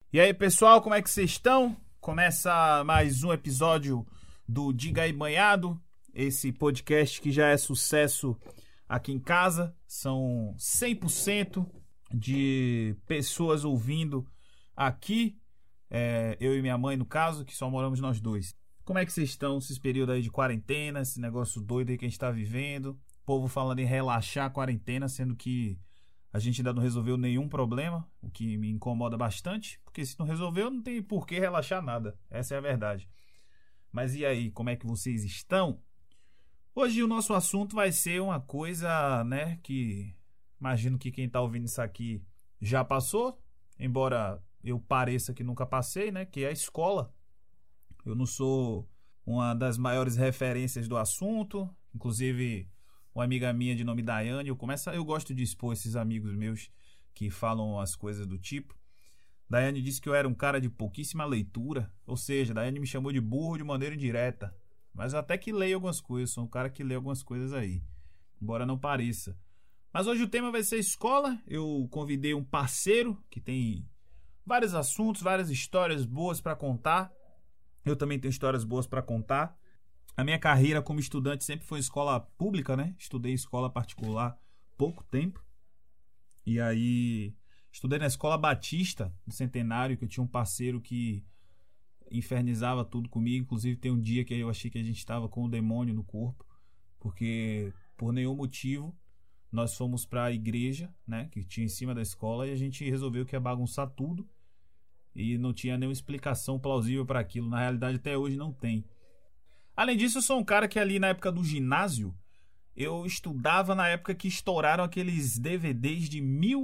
E aí, pessoal, como é que vocês estão? Começa mais um episódio do Diga aí Banhado, esse podcast que já é sucesso aqui em casa. São 100% de pessoas ouvindo aqui, eu e minha mãe, no caso, que só moramos nós dois. Como é que vocês estão nesse período aí de quarentena, esse negócio doido aí que a gente tá vivendo? O povo falando em relaxar a quarentena, sendo que a gente ainda não resolveu nenhum problema, o que me incomoda bastante, porque se não resolveu, não tem por que relaxar nada. Essa é a verdade. Mas e aí, como é que vocês estão? Hoje o nosso assunto vai ser uma coisa, né, que imagino que quem tá ouvindo isso aqui já passou, embora eu pareça que nunca passei, né, que é a escola. Eu não sou uma das maiores referências do assunto, inclusive uma amiga minha de nome Daiane, eu gosto de expor esses amigos meus que falam as coisas do tipo. Daiane disse que eu era um cara de pouquíssima leitura, ou seja, Daiane me chamou de burro de maneira indireta. Mas eu até que leio algumas coisas, sou um cara que lê algumas coisas aí, embora não pareça. Mas hoje o tema vai ser escola. Eu convidei um parceiro que tem vários assuntos, várias histórias boas para contar. Eu também tenho histórias boas para contar. A minha carreira como estudante sempre foi escola pública, né? Estudei em escola particular pouco tempo. E aí estudei na Escola Batista do Centenário, que eu tinha um parceiro que infernizava tudo comigo. Inclusive tem um dia que eu achei que a gente estava com o demônio no corpo, porque por nenhum motivo nós fomos para a igreja, né, que tinha em cima da escola, e a gente resolveu que ia bagunçar tudo. E não tinha nenhuma explicação plausível para aquilo. Na realidade, até hoje não tem. Além disso, eu sou um cara que ali na época do ginásio, eu estudava na época que estouraram aqueles DVDs de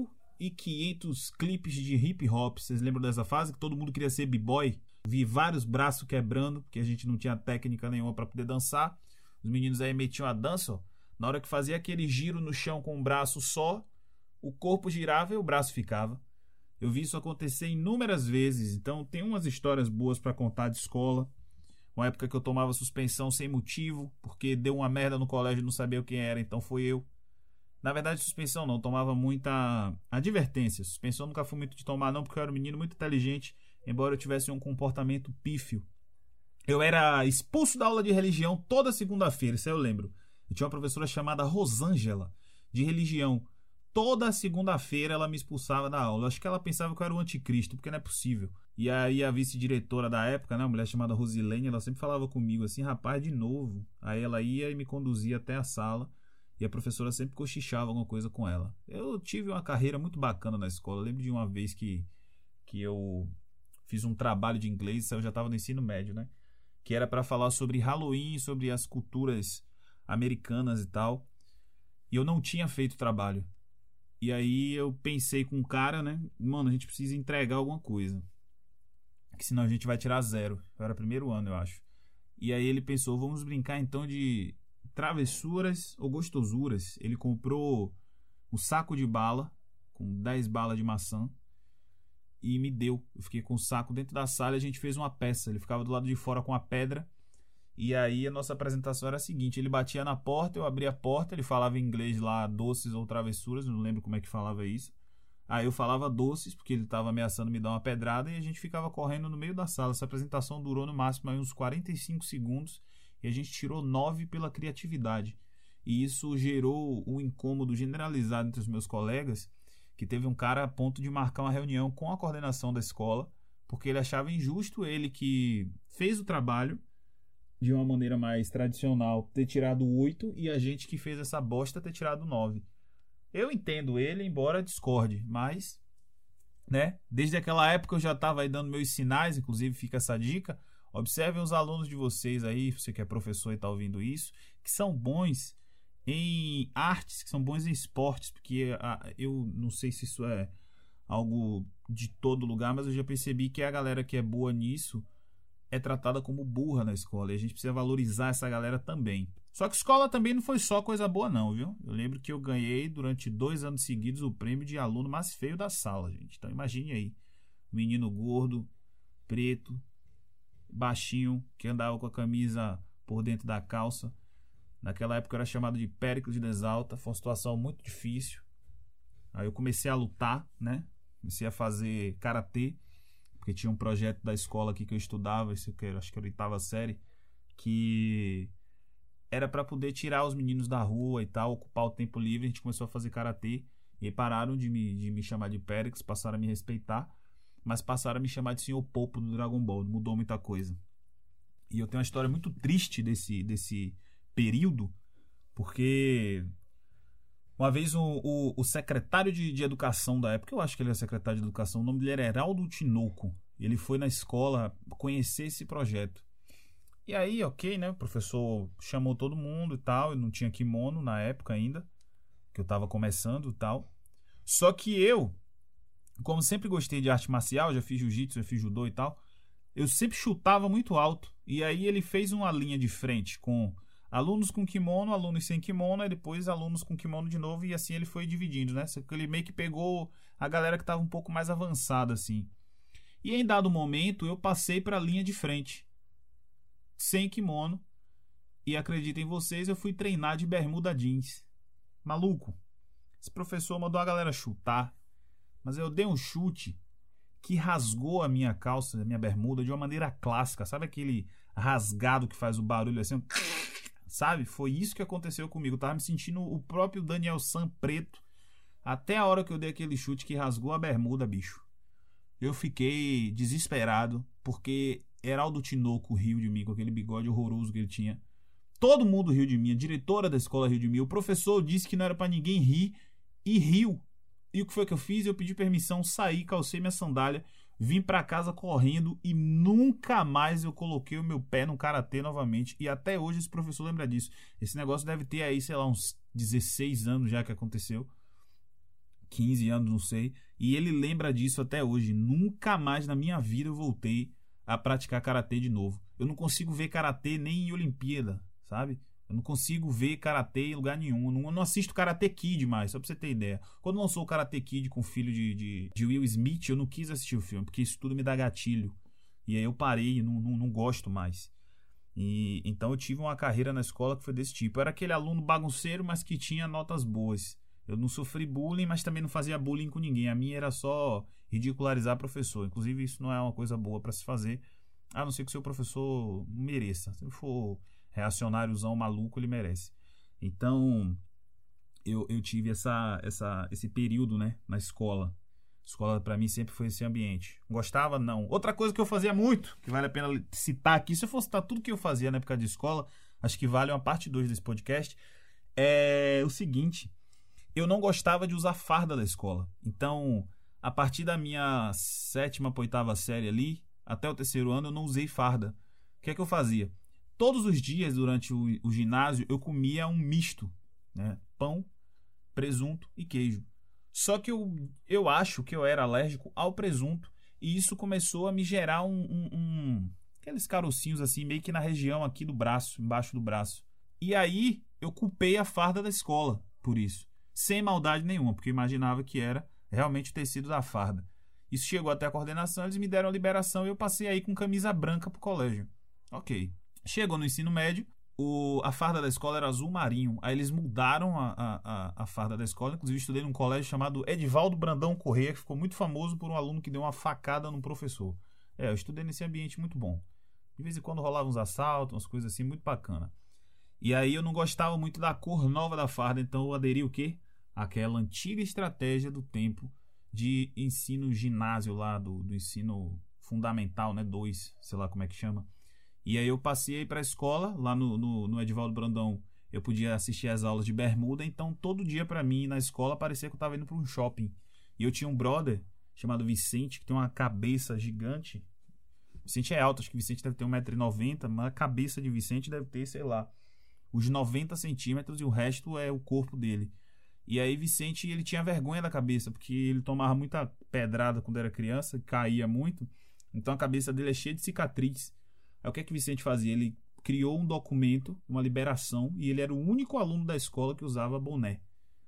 1.500 clipes de hip hop. Vocês lembram dessa fase que todo mundo queria ser b-boy? Vi vários braços quebrando, porque a gente não tinha técnica nenhuma para poder dançar. Os meninos aí metiam a dança, ó. Na hora que fazia aquele giro no chão com o braço só, o corpo girava e o braço ficava. Eu vi isso acontecer inúmeras vezes, então tem umas histórias boas para contar de escola. Uma época que eu tomava suspensão sem motivo, porque deu uma merda no colégio e não sabia quem era, então foi eu. Na verdade, suspensão não, tomava muita advertência. Suspensão nunca fui muito de tomar não, porque eu era um menino muito inteligente, embora eu tivesse um comportamento pífio. Eu era expulso da aula de religião toda segunda-feira, isso aí eu lembro. Eu tinha uma professora chamada Rosângela, de religião. Toda segunda-feira ela me expulsava da aula. Eu acho que ela pensava que eu era o anticristo, porque não é possível. E aí a vice-diretora da época, né, uma mulher chamada Rosilene, ela sempre falava comigo assim, rapaz, de novo. Aí ela ia e me conduzia até a sala, e a professora sempre cochichava alguma coisa com ela. Eu tive uma carreira muito bacana na escola. Eu lembro de uma vez que eu fiz um trabalho de inglês, eu já estava no ensino médio, né? Que era para falar sobre Halloween, sobre as culturas americanas e tal. E eu não tinha feito trabalho. E aí eu pensei com o cara, né? Mano, a gente precisa entregar alguma coisa, que senão a gente vai tirar zero. Era primeiro ano, eu acho. E aí ele pensou, vamos brincar então de travessuras ou gostosuras. Ele comprou um saco de bala, com 10 balas de maçã, e me deu. Eu fiquei com o saco dentro da sala e a gente fez uma peça. Ele ficava do lado de fora com a pedra. E aí a nossa apresentação era a seguinte, ele batia na porta, eu abria a porta, ele falava em inglês lá, doces ou travessuras, não lembro como é que falava isso. Aí eu falava doces, porque ele estava ameaçando me dar uma pedrada, e a gente ficava correndo no meio da sala. Essa apresentação durou no máximo aí uns 45 segundos, e a gente tirou 9 pela criatividade. E isso gerou um incômodo generalizado entre os meus colegas, que teve um cara a ponto de marcar uma reunião com a coordenação da escola, porque ele achava injusto ele que fez o trabalho de uma maneira mais tradicional ter tirado 8 e a gente que fez essa bosta ter tirado 9. Eu entendo ele, embora discorde, mas, né, desde aquela época eu já estava aí dando meus sinais, inclusive fica essa dica, observem os alunos de vocês aí, você que é professor e está ouvindo isso, que são bons em artes, que são bons em esportes, porque eu não sei se isso é algo de todo lugar, mas eu já percebi que a galera que é boa nisso é tratada como burra na escola, e a gente precisa valorizar essa galera também. Só que escola também não foi só coisa boa não, viu? Eu lembro que eu ganhei durante 2 anos seguidos o prêmio de aluno mais feio da sala, gente. Então imagine aí, menino gordo, preto, baixinho, que andava com a camisa por dentro da calça. Naquela época eu era chamado de Péricles de Exalta, foi uma situação muito difícil. Aí eu comecei a lutar, né? Comecei a fazer karatê, porque tinha um projeto da escola aqui que eu estudava, isso que eu acho que era a oitava série, que era para poder tirar os meninos da rua e tal, ocupar o tempo livre. A gente começou a fazer karatê e aí pararam de me chamar de Périx, passaram a me respeitar, mas passaram a me chamar de Senhor Popo do Dragon Ball. Mudou muita coisa. E eu tenho uma história muito triste desse período, porque uma vez o secretário de educação da época, eu acho que ele era secretário de educação, o nome dele era Heraldo Tinoco. Ele foi na escola conhecer esse projeto. E aí, ok, né? O professor chamou todo mundo e tal. Eu não tinha kimono na época ainda, que eu tava começando e tal. Só que eu, como sempre gostei de arte marcial, já fiz jiu-jitsu, já fiz judô e tal, eu sempre chutava muito alto. E aí ele fez uma linha de frente com alunos com kimono, alunos sem kimono, e depois alunos com kimono de novo, e assim ele foi dividindo, né? Ele meio que pegou a galera que tava um pouco mais avançada, assim. E em dado momento, eu passei pra linha de frente, sem kimono, e acreditem vocês, eu fui treinar de bermuda jeans. Maluco, esse professor mandou a galera chutar, mas eu dei um chute que rasgou a minha calça, a minha bermuda, de uma maneira clássica. Sabe aquele rasgado que faz o barulho assim? Sabe? Foi isso que aconteceu comigo. Eu tava me sentindo o próprio Daniel San preto até a hora que eu dei aquele chute que rasgou a bermuda, bicho. Eu fiquei desesperado, porque Heraldo Tinoco riu de mim com aquele bigode horroroso que ele tinha. Todo mundo riu de mim, a diretora da escola riu de mim, o professor disse que não era pra ninguém rir e riu. E o que foi que eu fiz? Eu pedi permissão, saí, calcei minha sandália, vim pra casa correndo e nunca mais eu coloquei o meu pé no karatê novamente. E até hoje esse professor lembra disso. Esse negócio deve ter aí, sei lá, uns 16 anos já que aconteceu. 15 anos, não sei. E ele lembra disso até hoje. Nunca mais na minha vida eu voltei a praticar karatê de novo. Eu não consigo ver karatê nem em Olimpíada, sabe? Eu não consigo ver karatê em lugar nenhum. Eu não assisto Karate Kid mais, só pra você ter ideia. Quando lançou o Karate Kid com o filho de Will Smith, eu não quis assistir o filme, porque isso tudo me dá gatilho. E aí eu parei, não gosto mais. E então eu tive uma carreira na escola que foi desse tipo. Eu era aquele aluno bagunceiro, mas que tinha notas boas. Eu não sofri bullying, mas também não fazia bullying com ninguém. A minha era só ridicularizar professor. Inclusive, isso não é uma coisa boa pra se fazer, a não ser que o seu professor mereça. Se for reacionáriozão maluco, ele merece. Então, eu tive esse período, né, na escola. A escola, pra mim, sempre foi esse ambiente. Gostava? Não. Outra coisa que eu fazia muito, que vale a pena citar aqui, se eu fosse citar tudo que eu fazia na época de escola, acho que vale uma parte 2 desse podcast, é o seguinte: eu não gostava de usar farda da escola. Então, a partir da minha 7ª pra 8ª série ali, até o 3º ano, eu não usei farda. O que é que eu fazia? Todos os dias, durante o ginásio, eu comia um misto, né? Pão, presunto e queijo. Só que eu acho que eu era alérgico ao presunto, e isso começou a me gerar aqueles carocinhos assim, meio que na região aqui do braço, embaixo do braço. E aí, eu culpei a farda da escola por isso, sem maldade nenhuma, porque eu imaginava que era realmente o tecido da farda. Isso chegou até a coordenação, eles me deram a liberação e eu passei aí com camisa branca pro colégio. Ok. Chegou no ensino médio, a farda da escola era azul marinho. Aí eles mudaram a farda da escola. Inclusive, eu estudei num colégio chamado Edivaldo Brandão Corrêa, que ficou muito famoso por um aluno que deu uma facada num professor. Eu estudei nesse ambiente muito bom. De vez em quando rolavam uns assaltos, umas coisas assim, muito bacana. E aí eu não gostava muito da cor nova da farda, então eu aderi o quê? Aquela antiga estratégia do tempo de ensino ginásio lá, do ensino fundamental, né? 2, sei lá como é que chama. E aí eu passei para a escola, lá no Edivaldo Brandão, eu podia assistir às aulas de bermuda, então todo dia para mim na escola parecia que eu estava indo para um shopping. E eu tinha um brother chamado Vicente, que tem uma cabeça gigante. Vicente é alto, acho que Vicente deve ter 1,90 m, mas a cabeça de Vicente deve ter, sei lá, os 90 centímetros, e o resto é o corpo dele. E aí Vicente, ele tinha vergonha da cabeça, porque ele tomava muita pedrada quando era criança, caía muito, então a cabeça dele é cheia de cicatriz. Aí o que é que Vicente fazia? Ele criou um documento, uma liberação, e ele era o único aluno da escola que usava boné,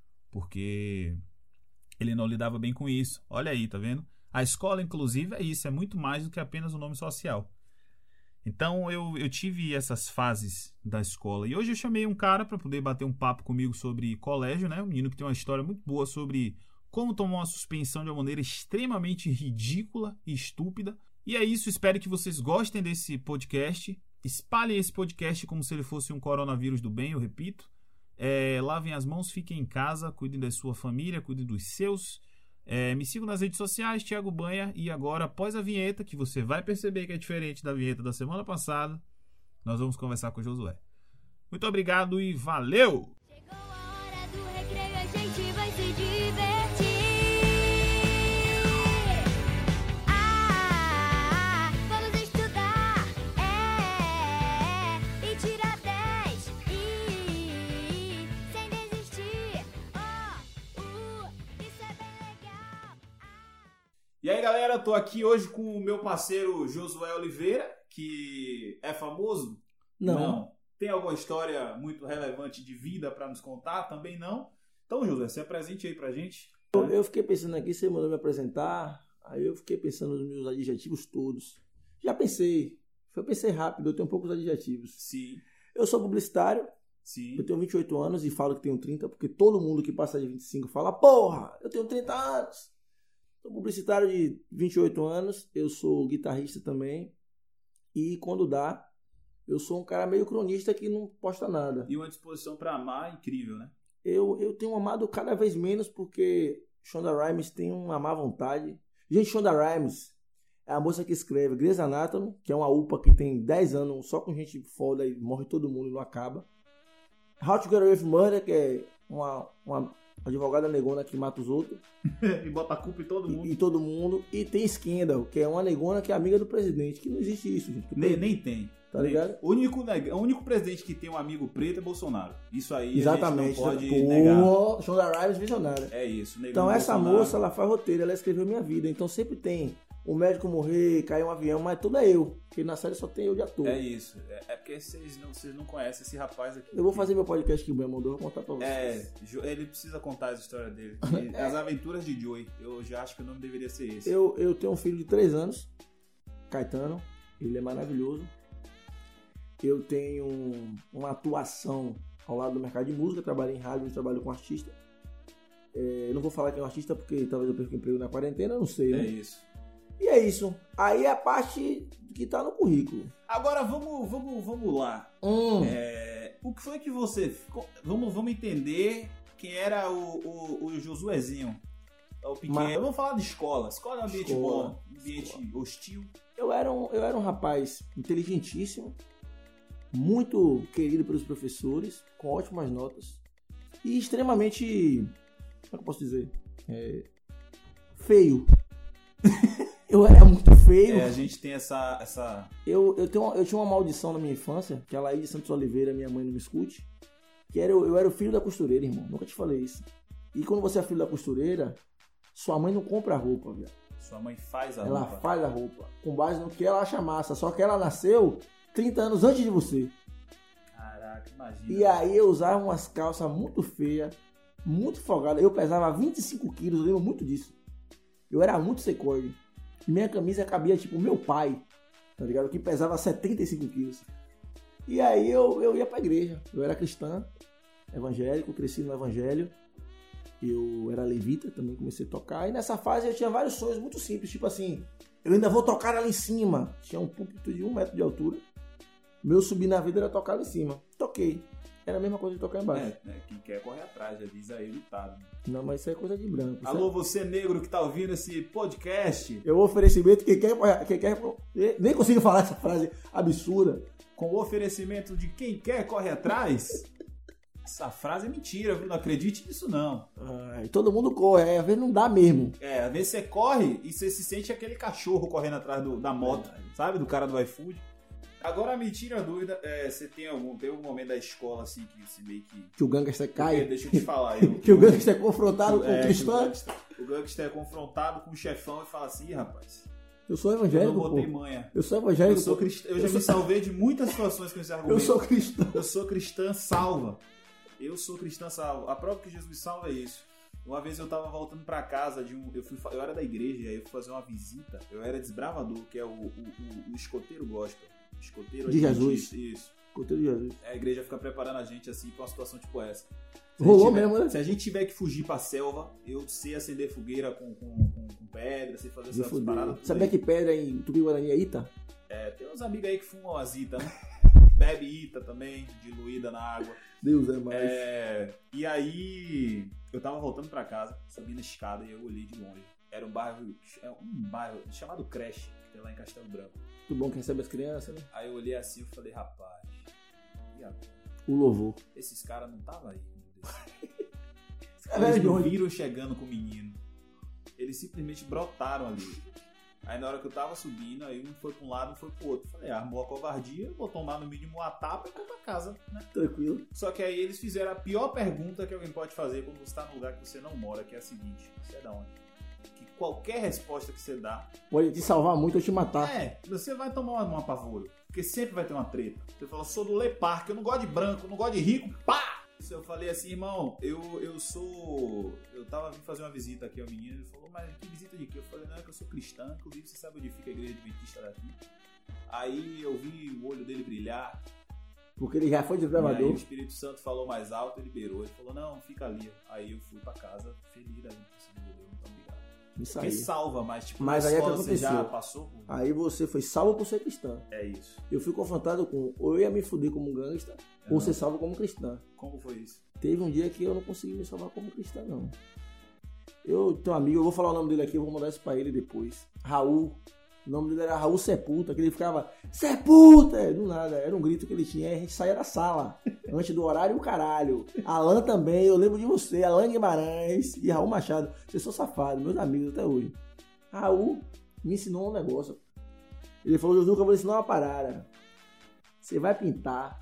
porque ele não lidava bem com isso. Olha aí, tá vendo? A escola, inclusive, é isso, é muito mais do que apenas um nome social. Então eu tive essas fases da escola, e hoje eu chamei um cara para poder bater um papo comigo sobre colégio, né? Um menino que tem uma história muito boa sobre como tomou uma suspensão de uma maneira extremamente ridícula e estúpida. E é isso, espero que vocês gostem desse podcast. Espalhem esse podcast como se ele fosse um coronavírus do bem, eu repito. Lavem as mãos, fiquem em casa, cuidem da sua família, cuidem dos seus. Me sigam nas redes sociais, Thiago Banha. E agora, após a vinheta, que você vai perceber que é diferente da vinheta da semana passada, nós vamos conversar com o Josué. Muito obrigado e valeu! Chegou a hora do recreio, a gente vai se divertir. Vamos estudar, e tirar 10, sem desistir. Isso é bem legal. E aí, galera, eu tô aqui hoje com o meu parceiro Josué Oliveira, que é famoso? Não. Tem alguma história muito relevante de vida pra nos contar? Também não. Então, Josué, se apresente aí pra gente. Eu fiquei pensando aqui, você mandou me apresentar, aí eu fiquei pensando nos meus adjetivos todos. Já pensei, eu pensei rápido, eu tenho poucos adjetivos. Sim, Eu sou publicitário, sim. eu tenho 28 anos e falo que tenho 30, porque todo mundo que passa de 25 fala, porra, eu tenho 30 anos. Sou publicitário de 28 anos, eu sou guitarrista também, e quando dá, eu sou um cara meio cronista que não posta nada. E uma disposição pra amar incrível, né? Eu tenho amado cada vez menos porque Shonda Rhimes tem uma má vontade. Gente, Shonda Rhimes é a moça que escreve Grey's Anatomy, que é uma UPA que tem 10 anos só com gente foda e morre todo mundo e não acaba. How to Get Away with Murder, que é uma advogada negona que mata os outros. E bota a culpa em todo mundo. E todo mundo. E tem Scandal, que é uma negona que é amiga do presidente. Que não existe isso, gente. Nem tem. Tá ligado? O único presidente que tem um amigo preto é Bolsonaro. Isso aí Exatamente. a gente não pode negar. Shonda Rhimes visionária. É isso. Então essa Bolsonaro. moça, ela faz roteiro, ela escreveu minha vida. Então sempre tem um médico morrer, cair um avião, mas tudo é eu. Porque na série só tem eu de ator. É isso. É porque vocês não conhecem esse rapaz aqui. Eu vou fazer meu podcast que o Ben mandou, vou contar pra vocês. Ele precisa contar as histórias dele. As aventuras de Joey. Eu já acho que o nome deveria ser esse. Eu tenho um filho de 3 anos, Caetano. Ele é maravilhoso. Eu tenho uma atuação ao lado do mercado de música. Trabalho em rádio e trabalho com artista. Não vou falar que é um artista porque talvez eu perca o emprego na quarentena, não sei, né? É isso. E é isso. Aí é a parte que tá no currículo. Agora vamos lá. O que foi que você... Vamos entender quem era o Josuezinho. O pequeno. Vamos falar de escola. Escola é um ambiente bom, ambiente hostil. Eu era um rapaz inteligentíssimo, muito querido pelos professores, com ótimas notas e extremamente, como é que eu posso dizer, feio. Eu era muito feio. A gente tem essa... Eu tinha uma maldição na minha infância, que a Laís de Santos Oliveira, minha mãe, não me escute, que eu era o filho da costureira, irmão. Nunca te falei isso. E quando você é filho da costureira, sua mãe não compra a roupa, velho. Sua mãe faz a ela roupa. Ela faz a roupa, com base no que ela acha massa. Só que ela nasceu 30 anos antes de você. Caraca, imagina. E aí eu usava umas calças muito feias, muito folgadas. Eu pesava 25 quilos, eu lembro muito disso. Eu era muito secorde. E minha camisa cabia tipo meu pai, tá ligado? Que pesava 75 quilos. E aí eu ia pra igreja. Eu era cristã, evangélico, cresci no evangelho. Eu era levita, também comecei a tocar. E nessa fase eu tinha vários sonhos muito simples. Tipo assim, eu ainda vou tocar ali em cima. Tinha um púlpito de 1 metro de altura. Meu subir na vida era tocar ali em cima. Toquei. Era a mesma coisa de tocar embaixo. Quem quer corre atrás, já diz aí ditado. Não, mas isso é coisa de branco. Alô, você negro que tá ouvindo esse podcast. Eu oferecimento, quem quer nem consigo falar essa frase absurda. Com o oferecimento de quem quer corre atrás. Essa frase é mentira, viu? Não acredite nisso não. Todo mundo corre, às vezes não dá mesmo. Às vezes você corre e você se sente aquele cachorro correndo atrás da moto, sabe? Do cara do iFood. Agora, a mentira dúvida, você tem algum momento da escola assim que você meio que o gangster cai? Porque, deixa eu te falar. Que o gangster é confrontado com o cristão? O gangster é confrontado com o chefão e fala assim, rapaz... Eu sou evangélico, eu não botei manha. Eu sou evangélico. Eu já me salvei de muitas situações com esse argumento. Eu sou cristão. Eu sou cristã salva. Eu sou cristã salva. A prova que Jesus salva é isso. Uma vez eu tava voltando pra casa eu era da igreja, e aí eu fui fazer uma visita. Eu era desbravador, que é o escoteiro gospel. Escoteiro de Jesus. Isso. Escoteiro de Jesus. A igreja fica preparando a gente assim pra uma situação tipo essa. Rolou mesmo, né? Se a gente tiver que fugir pra selva, eu sei acender fogueira com pedra, sei fazer essas paradas. tudo Sabia aí. que pedra em Tupi-Guarani é Ita? Tem uns amigos aí que fumam as Ita, né? Bebe Ita também, diluída na água. Deus é mais. E aí, eu tava voltando pra casa, subindo a escada e eu olhei de longe. Era um bairro chamado Creche, que tem lá em Castelo Branco. Muito bom que recebe as crianças, né? Aí eu olhei assim e falei, rapaz, e agora? O louvor. Esses caras não estavam aí. caras Eles de não onde? viram chegando com o menino. Eles simplesmente brotaram ali. Aí na hora que eu tava subindo, aí um foi pra um lado, um foi pro outro. Falei, armou a covardia, vou tomar no mínimo uma tapa e vou pra casa, né? Tranquilo. Só que aí eles fizeram a pior pergunta que alguém pode fazer quando você tá num lugar que você não mora, que é a seguinte: você é da onde? Que qualquer resposta que você dá, Pode te salvar muito ou te matar. você vai tomar um apavoro. Porque sempre vai ter uma treta. Você fala, sou do Le Parque, eu não gosto de branco, eu não gosto de rico, pá! Eu falei assim, irmão, eu tava vindo fazer uma visita aqui ao menino, ele falou, mas que visita de quê? Eu falei, não, é que eu sou cristão, inclusive você sabe onde fica a igreja adventista daqui. Aí eu vi o olho dele brilhar, Porque ele já foi e aí o desbravador. Espírito Santo falou mais alto, ele liberou, ele falou, não, fica ali. Aí eu fui pra casa, feliz da vida, meu Deus, muito obrigado. Isso Porque aí. salva, mas tipo, Mas na aí é que escola você já aconteceu. passou por... Aí você foi salvo por ser cristão. É isso. Eu fui confrontado com ou eu ia me fuder como gangsta, ou ser salvo como cristão. Como foi isso? Teve um dia que eu não consegui me salvar como cristão, não. Eu tenho um amigo, eu vou falar o nome dele aqui, eu vou mandar isso pra ele depois. Raul. O nome dele era Raul Sepulta, que ele ficava, Sepulta! Do nada, era um grito que ele tinha, a gente saía da sala, antes do horário o caralho. Alan também, eu lembro de você, Alan Guimarães e Raul Machado. Vocês são safados, meus amigos até hoje. Raul me ensinou um negócio. Ele falou, Josuca, eu vou ensinar uma parada. Você vai pintar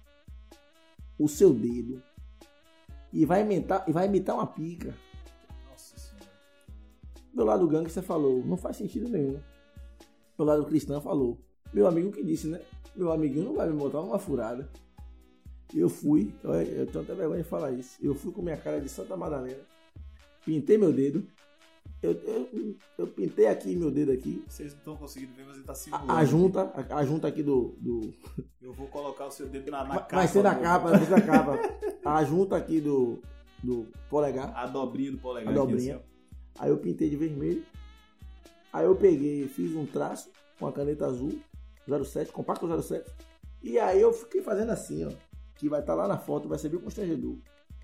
o seu dedo e vai imitar uma pica. Nossa Senhora. Do lado do gangster falou, não faz sentido nenhum. Do lado do cristão falou, meu amigo que disse, né? Meu amiguinho não vai me botar numa furada. Eu fui, eu tenho até vergonha de falar isso. Eu fui com minha cara de Santa Madalena, pintei meu dedo. Eu pintei aqui meu dedo aqui. Vocês não estão conseguindo ver, mas ele tá simulando. A junta aqui do... Eu vou colocar o seu dedo na capa. Vai ser na capa, vai ser na capa. A junta aqui do polegar. A dobrinha do polegar. A dobrinha. Aqui, assim, Aí eu pintei de vermelho. Aí eu peguei, fiz um traço com a caneta azul, 07, compacto 07. E aí eu fiquei fazendo assim, ó. Que vai estar lá na foto, vai ser bem constrangedor.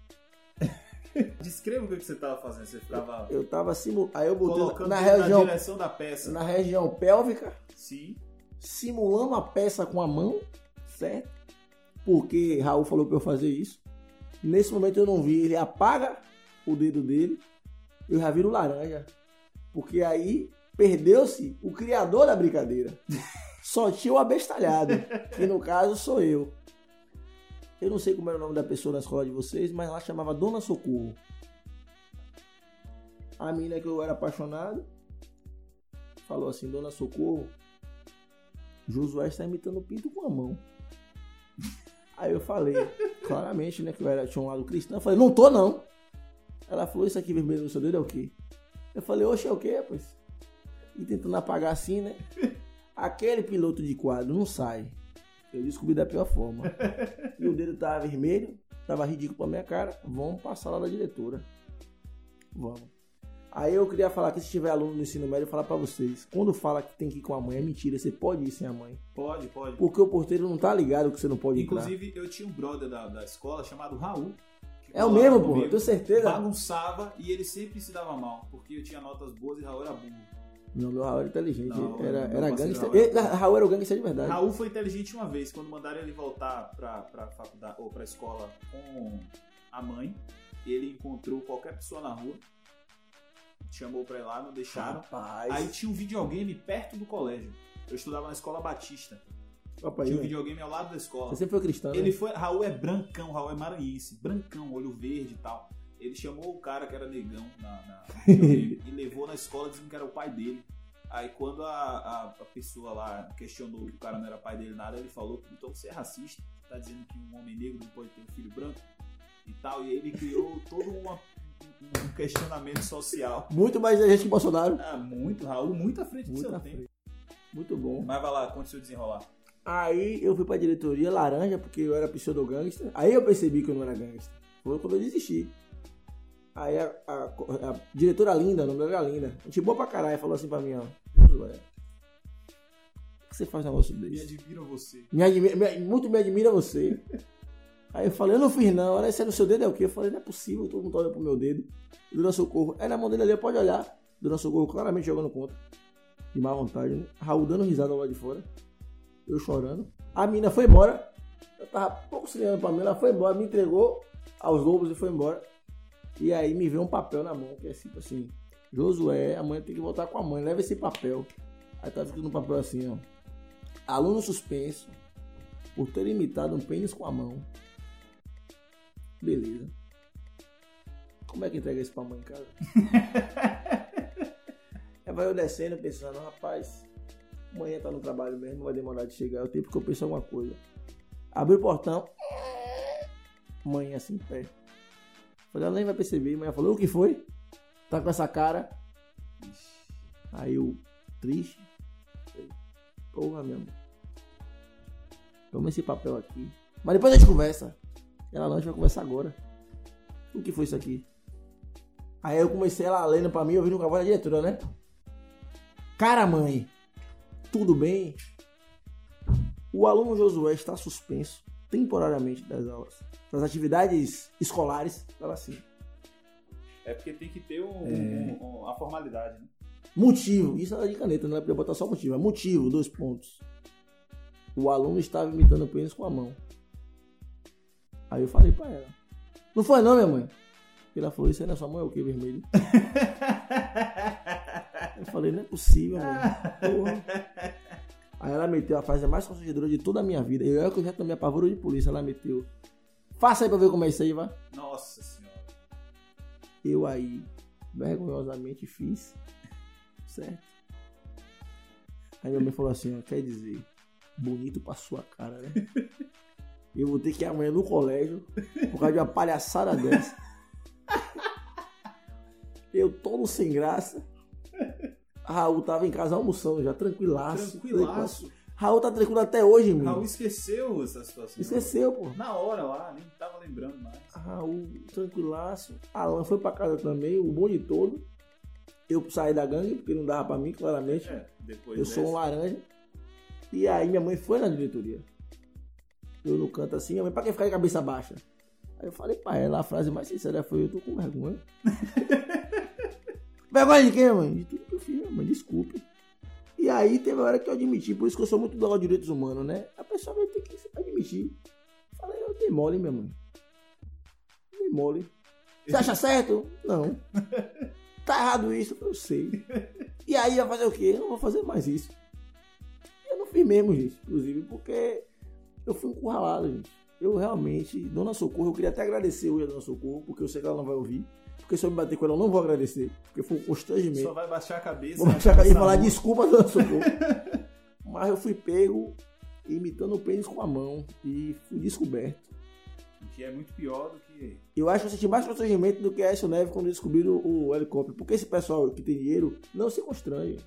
Descreva o que você tava fazendo. Você ficava Eu tava aí eu botei colocando na na região, direção da peça. na região pélvica, Sim. simulando a peça com a mão, certo? Porque Raul falou pra eu fazer isso. Nesse momento eu não vi, ele apaga o dedo dele, eu já viro laranja. Porque aí perdeu-se o criador da brincadeira. Só tinha o abestalhado, que no caso sou eu. Eu não sei como era o nome da pessoa na escola de vocês, mas ela chamava Dona Socorro. A menina que eu era apaixonado falou assim, Dona Socorro, Josué está imitando o pinto com a mão. Aí eu falei, claramente, né, que eu tinha um lado cristão. Eu falei, não tô não. Ela falou, isso aqui vermelho no seu dedo é o quê? Eu falei, oxe, é o quê, rapaz? E tentando apagar assim, né? Aquele piloto de quadro não sai. Eu descobri da pior forma. E o dedo tava vermelho, tava ridículo pra minha cara. Vamos pra sala da diretora. Vamos. Aí eu queria falar que se tiver aluno no ensino médio, eu falar pra vocês. Quando fala que tem que ir com a mãe, é mentira. Você pode ir sem a mãe. Pode. Porque o porteiro não tá ligado que você não pode entrar. Inclusive, eu tinha um brother da escola chamado Raul. É o mesmo, pô. Comigo, Tenho certeza. bagunçava e ele sempre se dava mal. Porque eu tinha notas boas e Raul era burro. Não, meu Raul era inteligente. Não, era não gangster. considero Raul era o gangster de verdade. Raul foi inteligente uma vez, quando mandaram ele voltar pra faculdade ou pra escola com a mãe. Ele encontrou qualquer pessoa na rua, chamou pra ir lá, não deixaram. Rapaz. Aí tinha um videogame perto do colégio. Eu estudava na escola Batista. Opa, Tinha um aí, videogame ao lado da escola. você sempre foi cristão, né? Ele foi. Raul é brancão, Raul é maranhense, brancão, olho verde e tal. Ele chamou o cara que era negão no videogame e levou na escola dizendo que era o pai dele. Aí quando a pessoa lá questionou que o cara não era pai dele nada, ele falou que então você é racista, tá dizendo que um homem negro não pode ter um filho branco e tal. E aí ele criou todo um questionamento social. Muito mais gente que Bolsonaro. Muito, Raul, muito à frente do Muito seu à tempo. frente. Muito bom. Mas vai lá, conte seu desenrolar. Aí eu fui pra diretoria laranja, porque eu era pseudo-gangster. Aí eu percebi que eu não era gangster. Foi quando eu desisti. Aí a diretora Linda, o nome dela era Linda, gente boa pra caralho, falou assim pra mim, ó. Josué, por que você faz um negócio Me desse? admira você. Muito me admira você. Aí eu falei, eu não fiz não. Olha, esse é no seu dedo é o quê? Eu falei, não é possível, todo mundo olha pro meu dedo. Dona Socorro, é na mão dele ali, pode olhar. Dona Socorro claramente jogando contra. De má vontade, né? Raul dando risada lá de fora. Eu chorando. A mina foi embora. Eu tava pouco se olhando pra mim, ela foi embora, me entregou aos lobos e foi embora. E aí me veio um papel na mão, que é tipo assim, Josué, a mãe tem que voltar com a mãe, leva esse papel. Aí tá escrito no papel assim, ó. Aluno suspenso por ter imitado um pênis com a mão. Beleza. Como é que entrega isso pra mãe em casa? Aí vai eu descendo pensando, rapaz, amanhã tá no trabalho mesmo, não vai demorar de chegar, eu tenho que eu penso alguma coisa. Abri o portão, mãe assim em pé. Falei, ela nem vai perceber, mãe falou, o que foi? Tá com essa cara? Aí eu, triste, falei, porra, meu amor. Toma esse papel aqui. Mas depois a gente conversa. Ela não, a gente vai conversar agora. O que foi isso aqui? Aí eu comecei ela lendo pra mim, ouvindo com a voz da diretora, né? Cara, mãe, tudo bem? O aluno Josué está suspenso temporariamente das aulas, das atividades escolares. Ela assim. É porque tem que ter a formalidade, né? Motivo. Isso era de caneta, não é pra eu botar só motivo. É motivo, 2 pontos. O aluno estava imitando o pênis com a mão. Aí eu falei pra ela. Não foi não, minha mãe? Ela falou, isso aí na sua mão é o que, vermelho? Eu falei, não é possível, mãe. Porra. Aí ela meteu a frase mais constrangedora de toda a minha vida. Eu já tomei apavoro de polícia. Ela meteu. Faça aí pra ver como é isso aí, vai. Nossa senhora. Eu aí, vergonhosamente, fiz. Certo? Aí minha mãe falou assim, ó, quer dizer, bonito pra sua cara, né? Eu vou ter que ir amanhã no colégio por causa de uma palhaçada dessa. Eu todo sem graça. Raul tava em casa almoçando já, tranquilaço. Raul tá tranquilo até hoje, meu. Raul esqueceu essa situação. Esqueceu, pô. Na hora lá, nem tava lembrando mais. Raul, tranquilaço. Alan foi pra casa também, o bonde todo. Eu saí da gangue, porque não dava pra mim, claramente. Depois eu sou um laranja. E aí minha mãe foi na diretoria. Eu no canto assim, minha mãe, pra que ficar de cabeça baixa? Aí eu falei pra ela, a frase mais sincera foi, eu tô com vergonha. Vergonha de quê, mãe? De tudo que eu fiz, minha mãe, desculpe. E aí teve a hora que eu admiti, por isso que eu sou muito do direitos humanos, né? A pessoa vai ter que admitir. Falei, eu dei mole, minha mãe. Dei mole. Você acha certo? Não. Tá errado isso? Eu sei. E aí vai fazer o quê? Eu não vou fazer mais isso. Eu não fiz mesmo, gente, inclusive, porque eu fui encurralado, gente. Eu realmente, Dona Socorro, eu queria até agradecer hoje a Dona Socorro, porque eu sei que ela não vai ouvir. Porque se eu me bater com ela, eu não vou agradecer. Porque foi um constrangimento. Só vai baixar a cabeça. Vou baixar a cabeça e falar desculpa, Dona Socorro. Mas eu fui pego imitando o pênis com a mão e fui descoberto. O que é muito pior do que... Eu acho que eu senti mais constrangimento do que a Aécio Neves quando descobriram o helicóptero. Porque esse pessoal que tem dinheiro não se constrange.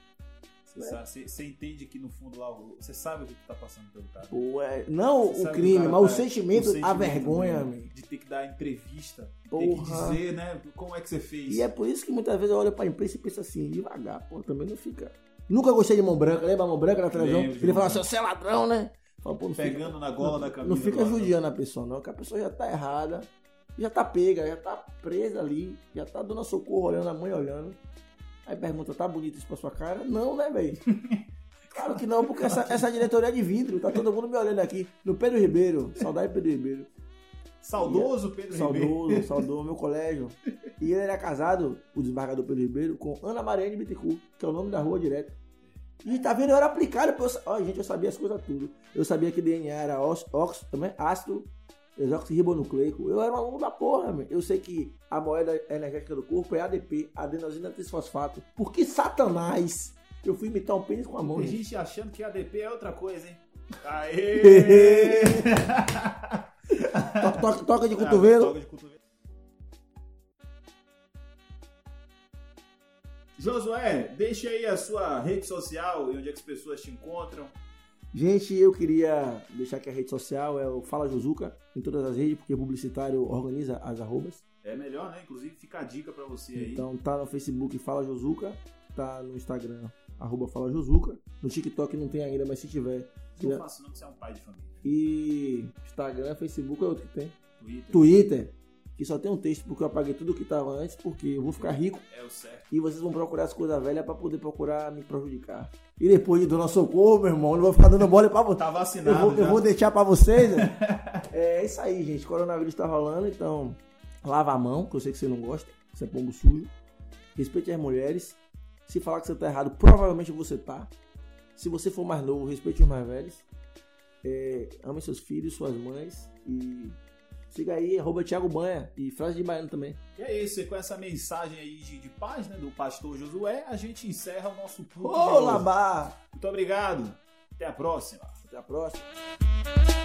Você entende que no fundo lá, você sabe o que tá passando pelo cara. Pô, não o crime, mas o sentimento, a vergonha, de ter que dar entrevista, porra. Ter que dizer, né, como é que você fez. E é por isso que muitas vezes eu olho pra imprensa e penso assim, devagar, pô, também não fica. Nunca gostei de Mão Branca, lembra a Mão Branca na televisão? Ele fala assim, você é ladrão, né? Fala, pô, pegando fica, na gola da camisa. Não fica judiando a pessoa, não, que a pessoa já tá errada, já tá pega, já tá presa ali, já tá dando socorro olhando, a mãe olhando. Aí pergunta, tá bonito isso pra sua cara? Não, né, velho? Claro que não, porque essa diretoria é de vidro, tá todo mundo me olhando aqui. No Pedro Ribeiro, saudade Pedro Ribeiro. Saudoso Pedro Ribeiro. Saudoso, meu colégio. E ele era casado, o desembargador Pedro Ribeiro, com Ana Mariane Bittencourt, que é o nome da rua direto. E tá vendo, eu era aplicado. Gente, eu sabia as coisas tudo. Eu sabia que DNA era ácido desoxirribonucleico. Eu era um aluno da porra, meu. Eu sei que a moeda energética do corpo é ADP, adenosina trisfosfato. Por que Satanás eu fui imitar um pênis com a mão? Tem gente achando que ADP é outra coisa, hein? Aê! Toca de cotovelo. Toca de cotovelo. Josué, deixa aí a sua rede social e onde é que as pessoas te encontram. Gente, eu queria deixar aqui a rede social, é o Fala Josuca, em todas as redes, porque o publicitário organiza as arrobas. É melhor, né? Inclusive fica a dica pra você aí. Então tá no Facebook Fala Josuca, tá no Instagram @Fala Josuca. No TikTok não tem ainda, mas se tiver. Não faço não, que você é um pai de família. E Instagram, Facebook é outro que tem. Twitter. Twitter, que só tem um texto porque eu apaguei tudo que tava antes, porque eu vou ficar rico. É o certo. E vocês vão procurar as coisas velhas pra poder procurar me prejudicar. E depois de Dona Socorro, meu irmão, eu não vou ficar dando bola pra você. Tá vacinado. Eu vou deixar pra vocês. Né? É isso aí, gente. O coronavírus tá rolando, então lava a mão, que eu sei que você não gosta. Você é pombo sujo. Respeite as mulheres. Se falar que você tá errado, provavelmente você tá. Se você for mais novo, respeite os mais velhos. Ame seus filhos, suas mães. E siga aí, @Thiago Banha. E frase de baiano também. E é isso, e com essa mensagem aí de paz, né, do pastor Josué, a gente encerra o nosso culto. Ô, Labá! Muito obrigado. Até a próxima. Até a próxima.